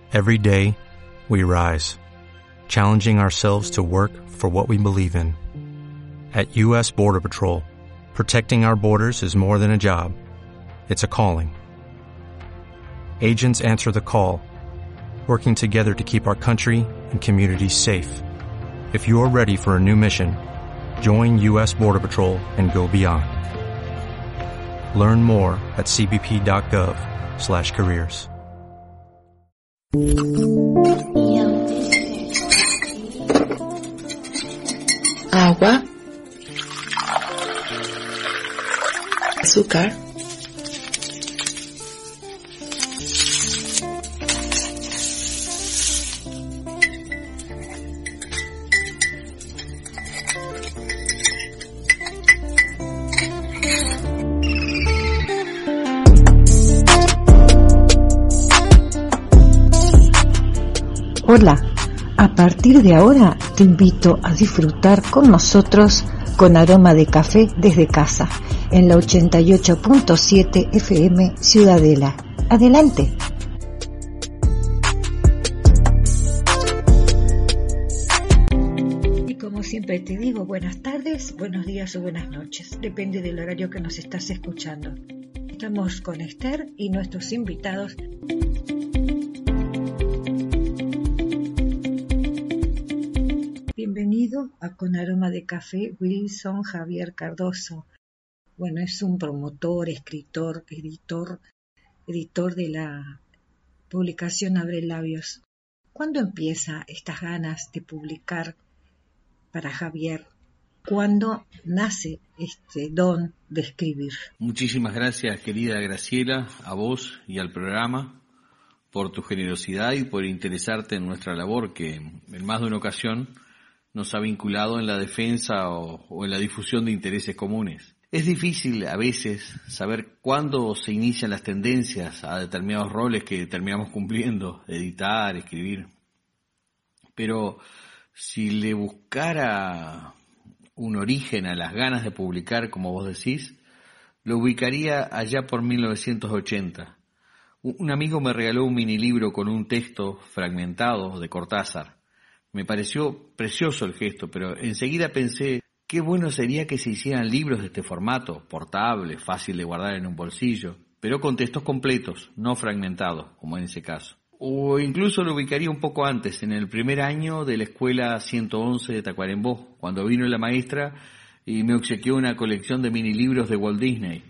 Every day, we rise, challenging ourselves to work for what we believe in. At U.S. Border Patrol, protecting our borders is more than a job. It's a calling. Agents answer the call, working together to keep our country and communities safe. If you're ready for a new mission, join U.S. Border Patrol and go beyond. Learn more at cbp.gov/careers. Agua, azúcar, Hola, a partir de ahora te invito a disfrutar con nosotros con aroma de café desde casa, en la 88.7 FM Ciudadela. Adelante. Y como siempre te digo, buenas tardes, buenos días o buenas noches, depende del horario que nos estás escuchando. Estamos con Esther y nuestros invitados. Bienvenido a Con Aroma de Café, Wilson Javier Cardoso. Bueno, es un promotor, escritor, editor de la publicación Abre Labios. ¿Cuándo empieza estas ganas de publicar para Javier? ¿Cuándo nace este don de escribir? Muchísimas gracias, querida Graciela, a vos y al programa por tu generosidad y por interesarte en nuestra labor que en más de una ocasión nos ha vinculado en la defensa o en la difusión de intereses comunes. Es difícil a veces saber cuándo se inician las tendencias a determinados roles que terminamos cumpliendo, editar, escribir. Pero si le buscara un origen a las ganas de publicar, como vos decís, lo ubicaría allá por 1980. Un amigo me regaló un mini libro con un texto fragmentado de Cortázar. Me pareció precioso el gesto, pero enseguida pensé, qué bueno sería que se hicieran libros de este formato, portable, fácil de guardar en un bolsillo, pero con textos completos, no fragmentados, como en ese caso. O incluso lo ubicaría un poco antes, en el primer año de la escuela 111 de Tacuarembó, cuando vino la maestra y me obsequió una colección de mini libros de Walt Disney.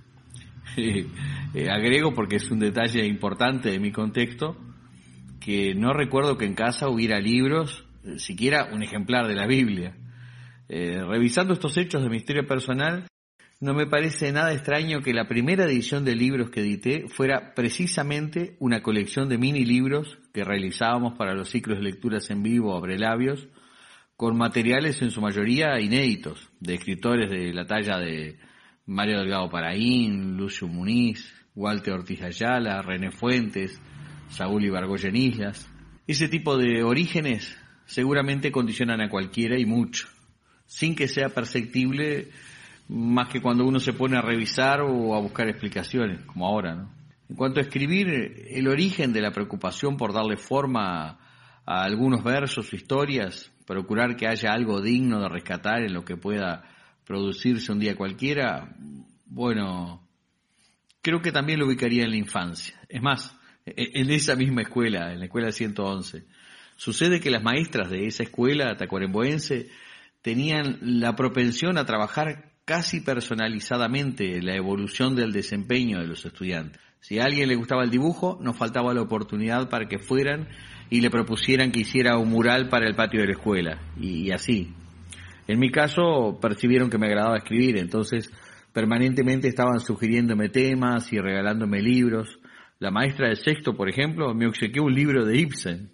Agrego, porque es un detalle importante de mi contexto, que no recuerdo que en casa hubiera libros, siquiera un ejemplar de la Biblia. Revisando estos hechos de mi historia personal, no me parece nada extraño que la primera edición de libros que edité fuera precisamente una colección de mini libros que realizábamos para los ciclos de lecturas en vivo Abre Labios, con materiales en su mayoría inéditos, de escritores de la talla de Mario Delgado Paraín, Lucio Muniz, Walter Ortiz Ayala, René Fuentes, Saúl Ibargoyen Islas. Ese tipo de orígenes seguramente condicionan a cualquiera y mucho, sin que sea perceptible más que cuando uno se pone a revisar o a buscar explicaciones, como ahora, ¿no? En cuanto a escribir, el origen de la preocupación por darle forma a algunos versos o historias, procurar que haya algo digno de rescatar en lo que pueda producirse un día cualquiera, bueno, creo que también lo ubicaría en la infancia. Es más, en esa misma escuela, en la escuela 111. Sucede que las maestras de esa escuela tacuarembóense tenían la propensión a trabajar casi personalizadamente la evolución del desempeño de los estudiantes. Si a alguien le gustaba el dibujo, no faltaba la oportunidad para que fueran y le propusieran que hiciera un mural para el patio de la escuela, y así. En mi caso, percibieron que me agradaba escribir, entonces permanentemente estaban sugiriéndome temas y regalándome libros. La maestra de sexto, por ejemplo, me obsequió un libro de Ibsen.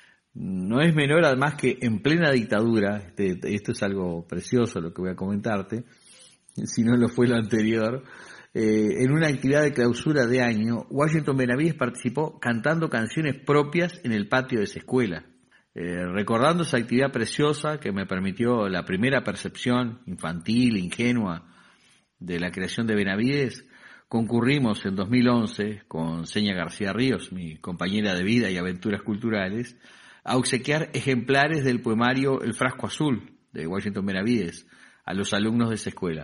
No es menor, además, que en plena dictadura, esto es algo precioso lo que voy a comentarte, si no lo fue lo anterior, en una actividad de clausura de año, Washington Benavides participó cantando canciones propias en el patio de esa escuela. Recordando esa actividad preciosa que me permitió la primera percepción infantil, ingenua, de la creación de Benavides, concurrimos en 2011 con Seña García Ríos, mi compañera de vida y aventuras culturales, a obsequiar ejemplares del poemario El Frasco Azul de Washington Benavides a los alumnos de esa escuela.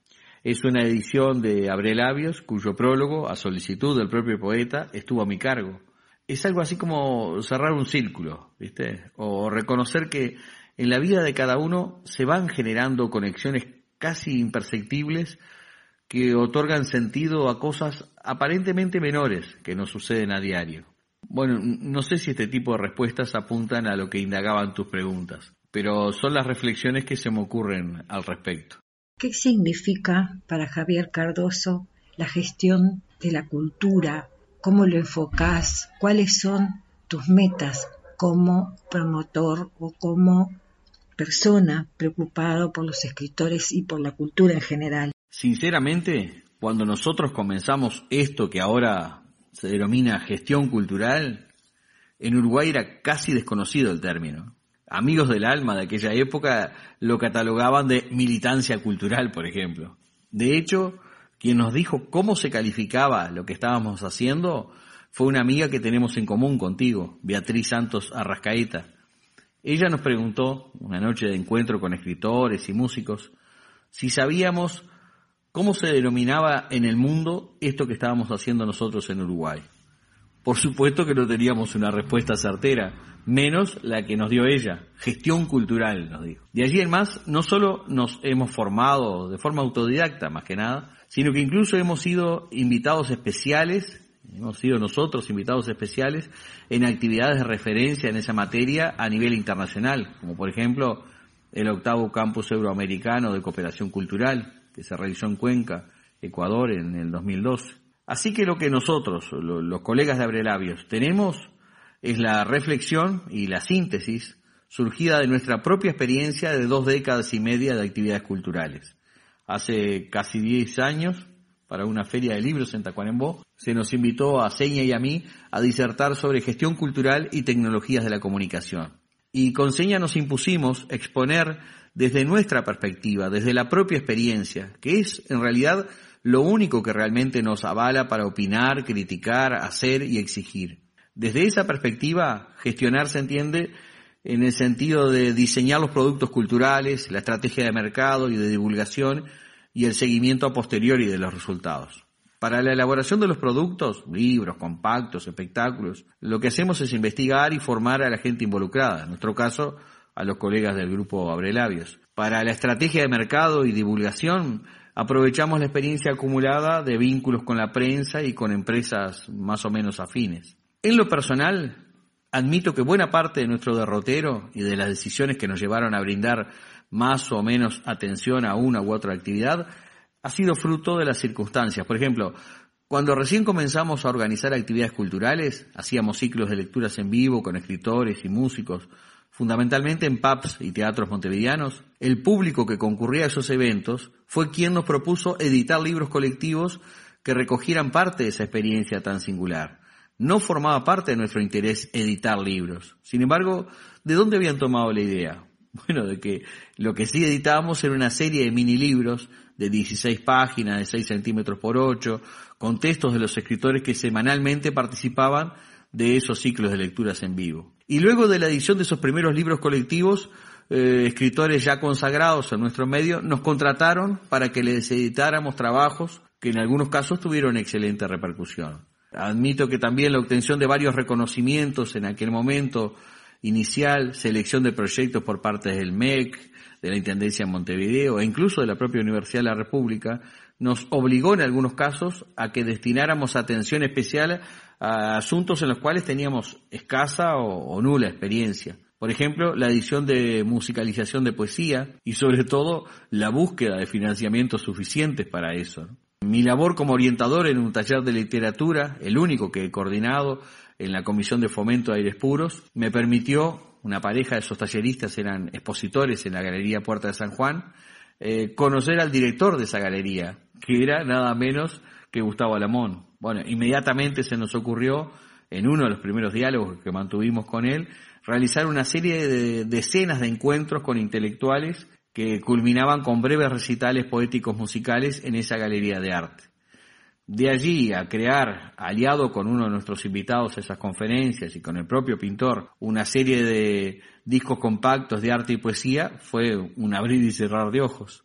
Es una edición de Abrelabios, cuyo prólogo, a solicitud del propio poeta, estuvo a mi cargo. Es algo así como cerrar un círculo, ¿viste? O reconocer que en la vida de cada uno se van generando conexiones casi imperceptibles que otorgan sentido a cosas aparentemente menores que nos suceden a diario. Bueno, no sé si este tipo de respuestas apuntan a lo que indagaban tus preguntas, pero son las reflexiones que se me ocurren al respecto. ¿Qué significa para Javier Cardoso la gestión de la cultura? ¿Cómo lo enfocás? ¿Cuáles son tus metas como promotor o como persona preocupado por los escritores y por la cultura en general? Sinceramente, cuando nosotros comenzamos esto que ahora se denomina gestión cultural, en Uruguay era casi desconocido el término. Amigos del alma de aquella época lo catalogaban de militancia cultural, por ejemplo. De hecho, quien nos dijo cómo se calificaba lo que estábamos haciendo fue una amiga que tenemos en común contigo, Beatriz Santos Arrascaeta. Ella nos preguntó, una noche de encuentro con escritores y músicos, si sabíamos cómo se denominaba en el mundo esto que estábamos haciendo nosotros en Uruguay. Por supuesto que no teníamos una respuesta certera, menos la que nos dio ella, gestión cultural, nos dijo. De allí en más, no solo nos hemos formado de forma autodidacta, más que nada, sino que incluso hemos sido invitados especiales, hemos sido nosotros invitados especiales en actividades de referencia en esa materia a nivel internacional, como por ejemplo el 8º Campus Euroamericano de Cooperación Cultural, que se realizó en Cuenca, Ecuador, en el 2012. Así que lo que nosotros, los colegas de Abrelabios, tenemos es la reflexión y la síntesis surgida de nuestra propia experiencia de 2 décadas y media de actividades culturales. Hace casi 10 años, para una feria de libros en Tacuarembó, se nos invitó a Seña y a mí a disertar sobre gestión cultural y tecnologías de la comunicación. Y con Seña nos impusimos exponer desde nuestra perspectiva, desde la propia experiencia, que es en realidad lo único que realmente nos avala para opinar, criticar, hacer y exigir. Desde esa perspectiva, gestionar se entiende en el sentido de diseñar los productos culturales, la estrategia de mercado y de divulgación y el seguimiento a posteriori de los resultados. Para la elaboración de los productos, libros, compactos, espectáculos, lo que hacemos es investigar y formar a la gente involucrada, en nuestro caso, a los colegas del grupo Abrelabios. Para la estrategia de mercado y divulgación, aprovechamos la experiencia acumulada de vínculos con la prensa y con empresas más o menos afines. En lo personal, admito que buena parte de nuestro derrotero y de las decisiones que nos llevaron a brindar más o menos atención a una u otra actividad ha sido fruto de las circunstancias. Por ejemplo, cuando recién comenzamos a organizar actividades culturales, hacíamos ciclos de lecturas en vivo con escritores y músicos, fundamentalmente en pubs y teatros montevideanos. El público que concurría a esos eventos fue quien nos propuso editar libros colectivos que recogieran parte de esa experiencia tan singular. No formaba parte de nuestro interés editar libros. Sin embargo, ¿de dónde habían tomado la idea? Bueno, de que lo que sí editábamos era una serie de mini libros de 16 páginas, de 6 centímetros por 8, con textos de los escritores que semanalmente participaban de esos ciclos de lecturas en vivo. Y luego de la edición de esos primeros libros colectivos, escritores ya consagrados en nuestro medio nos contrataron para que les editáramos trabajos que en algunos casos tuvieron excelente repercusión. Admito que también la obtención de varios reconocimientos en aquel momento inicial, selección de proyectos por parte del MEC, de la Intendencia en Montevideo e incluso de la propia Universidad de la República, nos obligó en algunos casos a que destináramos atención especial a asuntos en los cuales teníamos escasa o nula experiencia. Por ejemplo, la edición de musicalización de poesía y sobre todo la búsqueda de financiamientos suficientes para eso, ¿no? Mi labor como orientador en un taller de literatura, el único que he coordinado en la Comisión de Fomento de Aires Puros, me permitió, una pareja de esos talleristas eran expositores en la Galería Puerta de San Juan, conocer al director de esa galería, que era nada menos que Gustavo Alamón. Bueno, inmediatamente se nos ocurrió, en uno de los primeros diálogos que mantuvimos con él, realizar una serie de decenas de encuentros con intelectuales que culminaban con breves recitales poéticos musicales en esa galería de arte. De allí a crear, aliado con uno de nuestros invitados a esas conferencias y con el propio pintor, una serie de discos compactos de arte y poesía, fue un abrir y cerrar de ojos.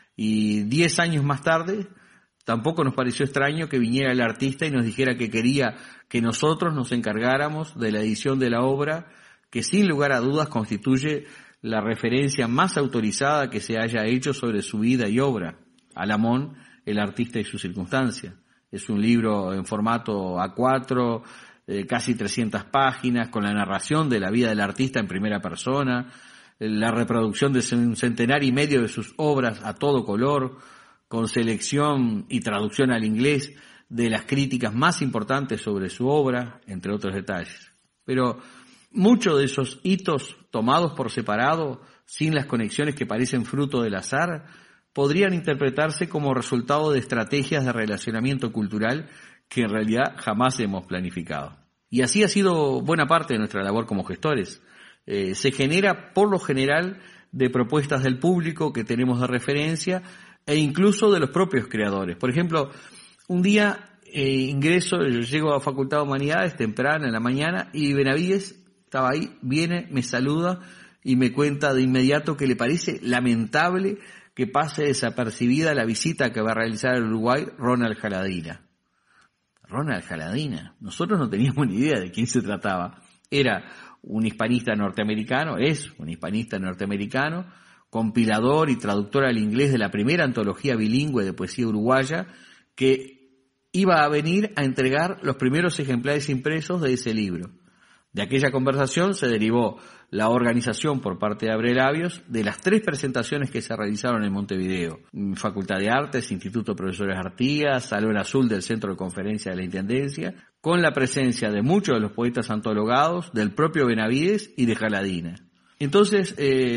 Y 10 años más tarde, tampoco nos pareció extraño que viniera el artista y nos dijera que quería que nosotros nos encargáramos de la edición de la obra, que sin lugar a dudas constituye la referencia más autorizada que se haya hecho sobre su vida y obra, Alamón, el artista y su circunstancia. Es un libro en formato A4, casi 300 páginas, con la narración de la vida del artista en primera persona, la reproducción de un centenario y medio de sus obras a todo color, con selección y traducción al inglés de las críticas más importantes sobre su obra, entre otros detalles. Pero muchos de esos hitos tomados por separado, sin las conexiones que parecen fruto del azar, podrían interpretarse como resultado de estrategias de relacionamiento cultural que en realidad jamás hemos planificado. Y así ha sido buena parte de nuestra labor como gestores. Se genera por lo general de propuestas del público que tenemos de referencia e incluso de los propios creadores. Por ejemplo, un día yo llego a Facultad de Humanidades temprano en la mañana y Benavides estaba ahí, viene, me saluda y me cuenta de inmediato que le parece lamentable que pase desapercibida la visita que va a realizar al Uruguay Ronald Jaladina. Ronald Jaladina, nosotros no teníamos ni idea de quién se trataba. Era un hispanista norteamericano, es un hispanista norteamericano, compilador y traductor al inglés de la primera antología bilingüe de poesía uruguaya, que iba a venir a entregar los primeros ejemplares impresos de ese libro. De aquella conversación se derivó la organización por parte de Abrelabios de las 3 presentaciones que se realizaron en Montevideo: Facultad de Artes, Instituto Profesores Artigas, Salón Azul del Centro de Conferencia de la Intendencia, con la presencia de muchos de los poetas antologados, del propio Benavides y de Jaladina. Entonces,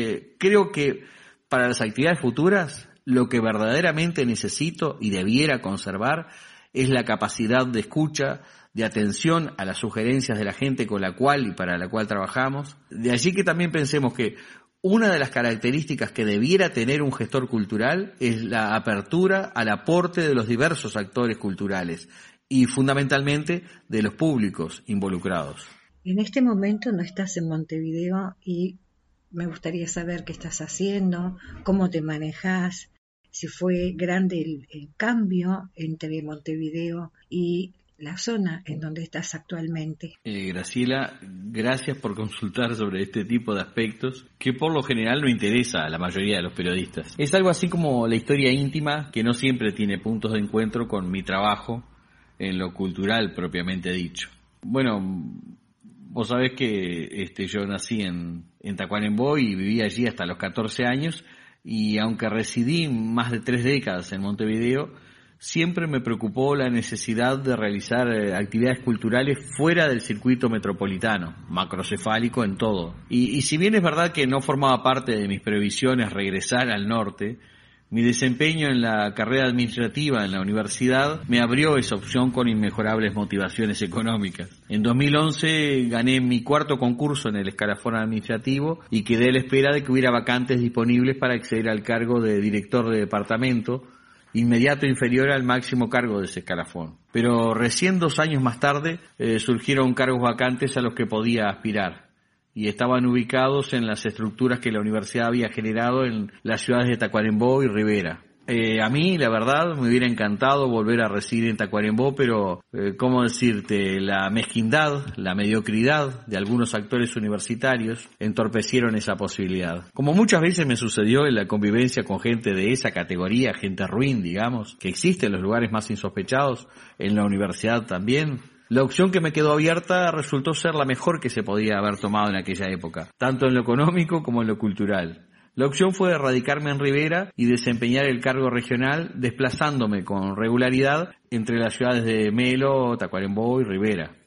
creo que para las actividades futuras, lo que verdaderamente necesito y debiera conservar es la capacidad de escucha, de atención a las sugerencias de la gente con la cual y para la cual trabajamos. De allí que también pensemos que una de las características que debiera tener un gestor cultural es la apertura al aporte de los diversos actores culturales y fundamentalmente de los públicos involucrados. En este momento no estás en Montevideo y me gustaría saber qué estás haciendo, cómo te manejas, si fue grande el cambio entre Montevideo y la zona en donde estás actualmente. Graciela, gracias por consultar sobre este tipo de aspectos que por lo general no interesa a la mayoría de los periodistas. Es algo así como la historia íntima que no siempre tiene puntos de encuentro con mi trabajo en lo cultural propiamente dicho. Bueno, vos sabés que yo nací en Tacuarembó y viví allí hasta los 14 años y aunque residí más de 3 décadas en Montevideo, siempre me preocupó la necesidad de realizar actividades culturales fuera del circuito metropolitano, macrocefálico en todo. Y si bien es verdad que no formaba parte de mis previsiones regresar al norte, mi desempeño en la carrera administrativa en la universidad me abrió esa opción con inmejorables motivaciones económicas. En 2011 gané mi 4º concurso en el escalafón administrativo y quedé a la espera de que hubiera vacantes disponibles para acceder al cargo de director de departamento, inmediato inferior al máximo cargo de ese escalafón. Pero recién 2 años más tarde surgieron cargos vacantes a los que podía aspirar y estaban ubicados en las estructuras que la universidad había generado en las ciudades de Tacuarembó y Rivera. A mí, la verdad, me hubiera encantado volver a residir en Tacuarembó, pero, ¿cómo decirte? La mezquindad, la mediocridad de algunos actores universitarios entorpecieron esa posibilidad. Como muchas veces me sucedió en la convivencia con gente de esa categoría, gente ruin, digamos, que existe en los lugares más insospechados, en la universidad también, la opción que me quedó abierta resultó ser la mejor que se podía haber tomado en aquella época, tanto en lo económico como en lo cultural. La opción fue radicarme en Rivera y desempeñar el cargo regional, desplazándome con regularidad entre las ciudades de Melo, Tacuarembó y Rivera.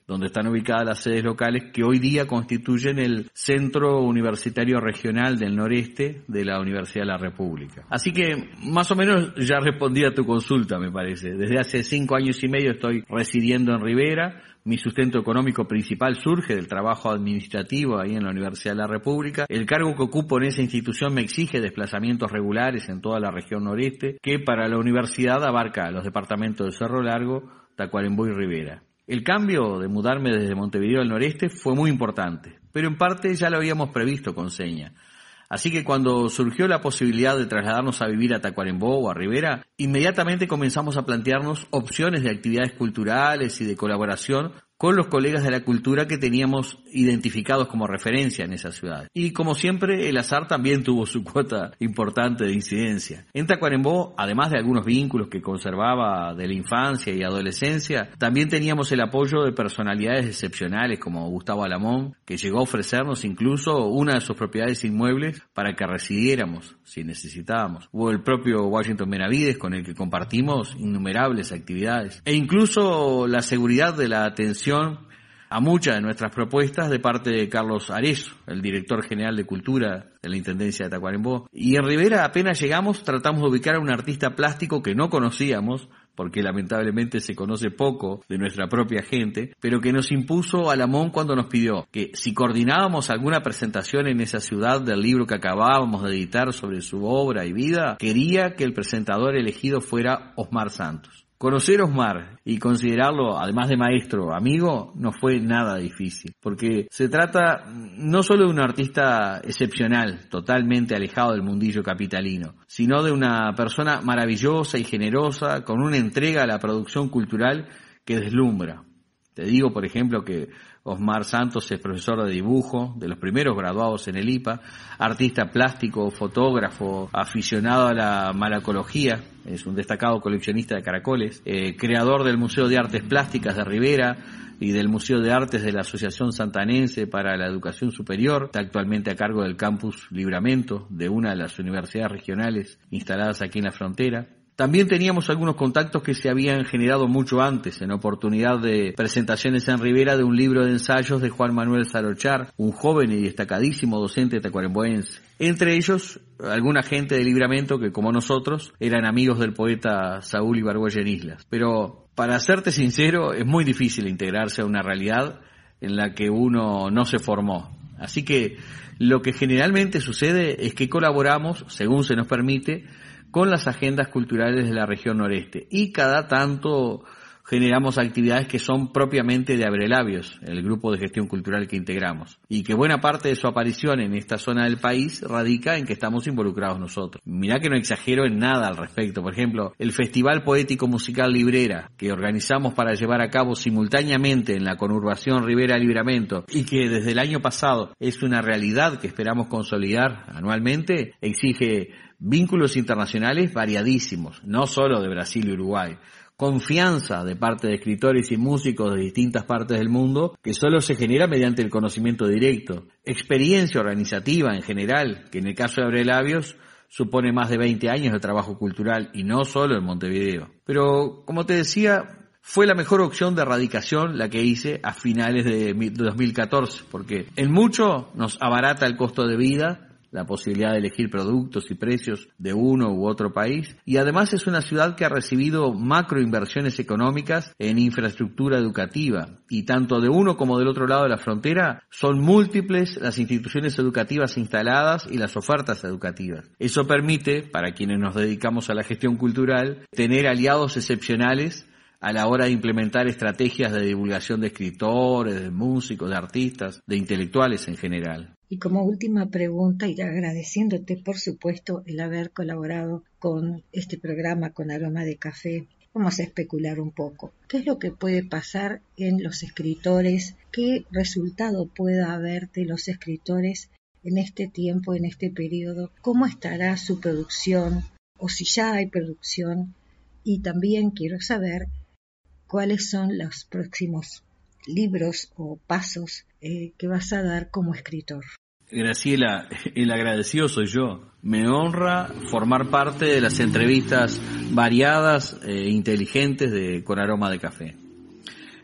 donde están ubicadas las sedes locales que hoy día constituyen el Centro Universitario Regional del Noreste de la Universidad de la República. Así que más o menos ya respondí a tu consulta, me parece. Desde hace 5 años y medio estoy residiendo en Rivera. Mi sustento económico principal surge del trabajo administrativo ahí en la Universidad de la República. El cargo que ocupo en esa institución me exige desplazamientos regulares en toda la región noreste, que para la universidad abarca los departamentos de Cerro Largo, Tacuarembó y Rivera. El cambio de mudarme desde Montevideo al noreste fue muy importante, pero en parte ya lo habíamos previsto con seña. Así que cuando surgió la posibilidad de trasladarnos a vivir a Tacuarembó o a Rivera, inmediatamente comenzamos a plantearnos opciones de actividades culturales y de colaboración con los colegas de la cultura que teníamos identificados como referencia en esa ciudad. Y como siempre, el azar también tuvo su cuota importante de incidencia. En Tacuarembó, además de algunos vínculos que conservaba de la infancia y adolescencia, también teníamos el apoyo de personalidades excepcionales como Gustavo Alamón, que llegó a ofrecernos incluso una de sus propiedades inmuebles para que residiéramos, si necesitábamos. O el propio Washington Benavides, con el que compartimos innumerables actividades. E incluso la seguridad de la atención a muchas de nuestras propuestas de parte de Carlos Arezzo, el director general de Cultura de la Intendencia de Tacuarembó. Y en Rivera apenas llegamos, tratamos de ubicar a un artista plástico que no conocíamos, porque lamentablemente se conoce poco de nuestra propia gente, pero que nos impuso Alamón cuando nos pidió que si coordinábamos alguna presentación en esa ciudad del libro que acabábamos de editar sobre su obra y vida, quería que el presentador elegido fuera Osmar Santos. Conocer a Osmar y considerarlo, además de maestro, amigo, no fue nada difícil, porque se trata no solo de un artista excepcional, totalmente alejado del mundillo capitalino, sino de una persona maravillosa y generosa, con una entrega a la producción cultural que deslumbra. Te digo, por ejemplo, que Osmar Santos es profesor de dibujo, de los primeros graduados en el IPA, artista plástico, fotógrafo, aficionado a la malacología, es un destacado coleccionista de caracoles, creador del Museo de Artes Plásticas de Rivera y del Museo de Artes de la Asociación Santanense para la Educación Superior, está actualmente a cargo del campus Libramento de una de las universidades regionales instaladas aquí en la frontera. También teníamos algunos contactos que se habían generado mucho antes, en oportunidad de presentaciones en Rivera de un libro de ensayos de Juan Manuel Sarochar, un joven y destacadísimo docente tacuarembóense. Entre ellos, alguna gente de Libramento que, como nosotros, eran amigos del poeta Saúl Ibargüen Islas. Pero, para serte sincero, es muy difícil integrarse a una realidad en la que uno no se formó. Así que, lo que generalmente sucede es que colaboramos, según se nos permite, con las agendas culturales de la región noreste y cada tanto generamos actividades que son propiamente de Abrelabios, el grupo de gestión cultural que integramos, y que buena parte de su aparición en esta zona del país radica en que estamos involucrados nosotros. Mirá que no exagero en nada al respecto. Por ejemplo, el Festival Poético Musical Librera, que organizamos para llevar a cabo simultáneamente en la conurbación Rivera-Libramento y que desde el año pasado es una realidad que esperamos consolidar anualmente, exige vínculos internacionales variadísimos, no solo de Brasil y Uruguay. Confianza de parte de escritores y músicos de distintas partes del mundo que solo se genera mediante el conocimiento directo. Experiencia organizativa en general, que en el caso de Abrelabios supone más de 20 años de trabajo cultural y no solo en Montevideo. Pero, como te decía, fue la mejor opción de radicación la que hice a finales de 2014, porque en mucho nos abarata el costo de vida, la posibilidad de elegir productos y precios de uno u otro país, y además es una ciudad que ha recibido macroinversiones económicas en infraestructura educativa, y tanto de uno como del otro lado de la frontera son múltiples las instituciones educativas instaladas y las ofertas educativas. Eso permite, para quienes nos dedicamos a la gestión cultural, tener aliados excepcionales a la hora de implementar estrategias de divulgación de escritores, de músicos, de artistas, de intelectuales en general. Y como última pregunta, y agradeciéndote por supuesto el haber colaborado con este programa con Aroma de Café, vamos a especular un poco. ¿Qué es lo que puede pasar en los escritores? ¿Qué resultado pueda haber de los escritores en este tiempo, en este periodo? ¿Cómo estará su producción? O si ya hay producción. Y también quiero saber cuáles son los próximos libros o pasos que vas a dar como escritor. Graciela, el agradecido soy yo. Me honra formar parte de las entrevistas variadas e inteligentes de Con Aroma de Café.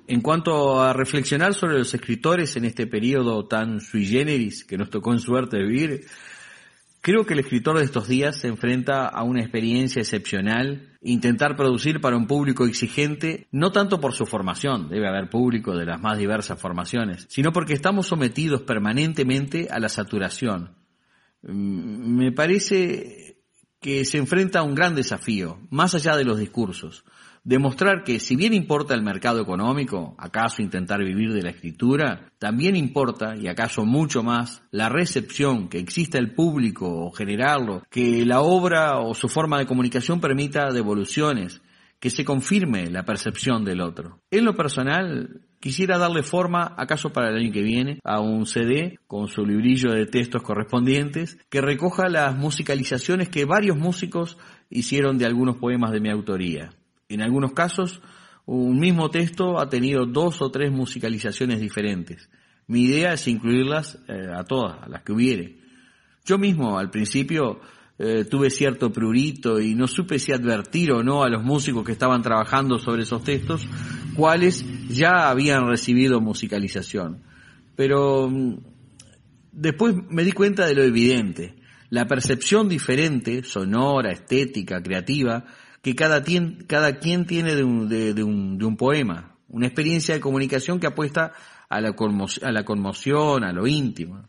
En cuanto a reflexionar sobre los escritores en este periodo tan sui generis que nos tocó en suerte vivir, creo que el escritor de estos días se enfrenta a una experiencia excepcional, intentar producir para un público exigente, no tanto por su formación, debe haber público de las más diversas formaciones, sino porque estamos sometidos permanentemente a la saturación. Me parece que se enfrenta a un gran desafío, más allá de los discursos. Demostrar que si bien importa el mercado económico, acaso intentar vivir de la escritura, también importa, y acaso mucho más, la recepción, que exista el público o generarlo, que la obra o su forma de comunicación permita devoluciones, que se confirme la percepción del otro. En lo personal, quisiera darle forma, acaso para el año que viene, a un CD con su librillo de textos correspondientes que recoja las musicalizaciones que varios músicos hicieron de algunos poemas de mi autoría. En algunos casos, un mismo texto ha tenido 2 o 3 musicalizaciones diferentes. Mi idea es incluirlas a todas, a las que hubiere. Yo mismo, al principio, tuve cierto prurito y no supe si advertir o no a los músicos que estaban trabajando sobre esos textos, cuáles ya habían recibido musicalización. Pero después me di cuenta de lo evidente. La percepción diferente, sonora, estética, creativa, que cada quien tiene de un poema, una experiencia de comunicación que apuesta a la conmoción, a lo íntimo.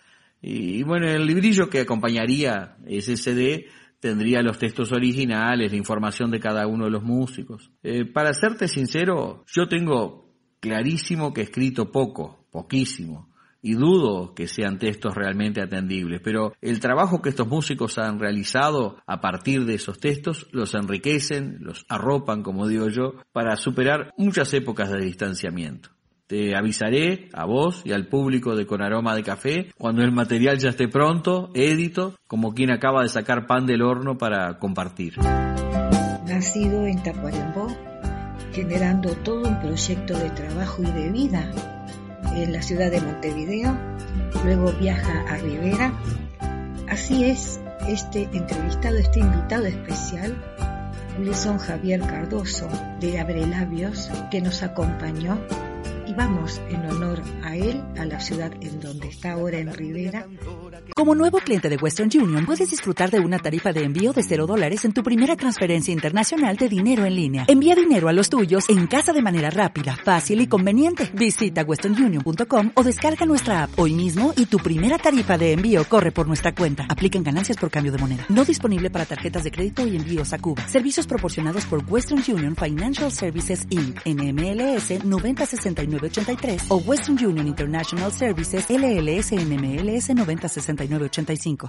Y bueno, el librillo que acompañaría ese CD tendría los textos originales, la información de cada uno de los músicos. Para serte sincero, yo tengo clarísimo que he escrito poquísimo, y dudo que sean textos realmente atendibles, pero el trabajo que estos músicos han realizado a partir de esos textos los enriquecen, los arropan, como digo yo, para superar muchas épocas de distanciamiento. Te avisaré a vos y al público de Con Aroma de Café cuando el material ya esté pronto, édito, como quien acaba de sacar pan del horno para compartir. Nacido en Tacuarembó, generando todo un proyecto de trabajo y de vida en la ciudad de Montevideo, luego viaja a Rivera. Así es, este invitado especial, Wilson Javier Cardoso de Abrelabios, que nos acompañó, y vamos en honor a él a la ciudad en donde está ahora, en Rivera. Como nuevo cliente de Western Union, puedes disfrutar de una tarifa de envío de $0 en tu primera transferencia internacional de dinero en línea. Envía dinero a los tuyos en casa de manera rápida, fácil y conveniente. Visita westernunion.com o descarga nuestra app hoy mismo y tu primera tarifa de envío corre por nuestra cuenta. Aplican ganancias por cambio de moneda. No disponible para tarjetas de crédito y envíos a Cuba. Servicios proporcionados por Western Union Financial Services Inc. NMLS 906983 o Western Union International Services LLS NMLS 906985.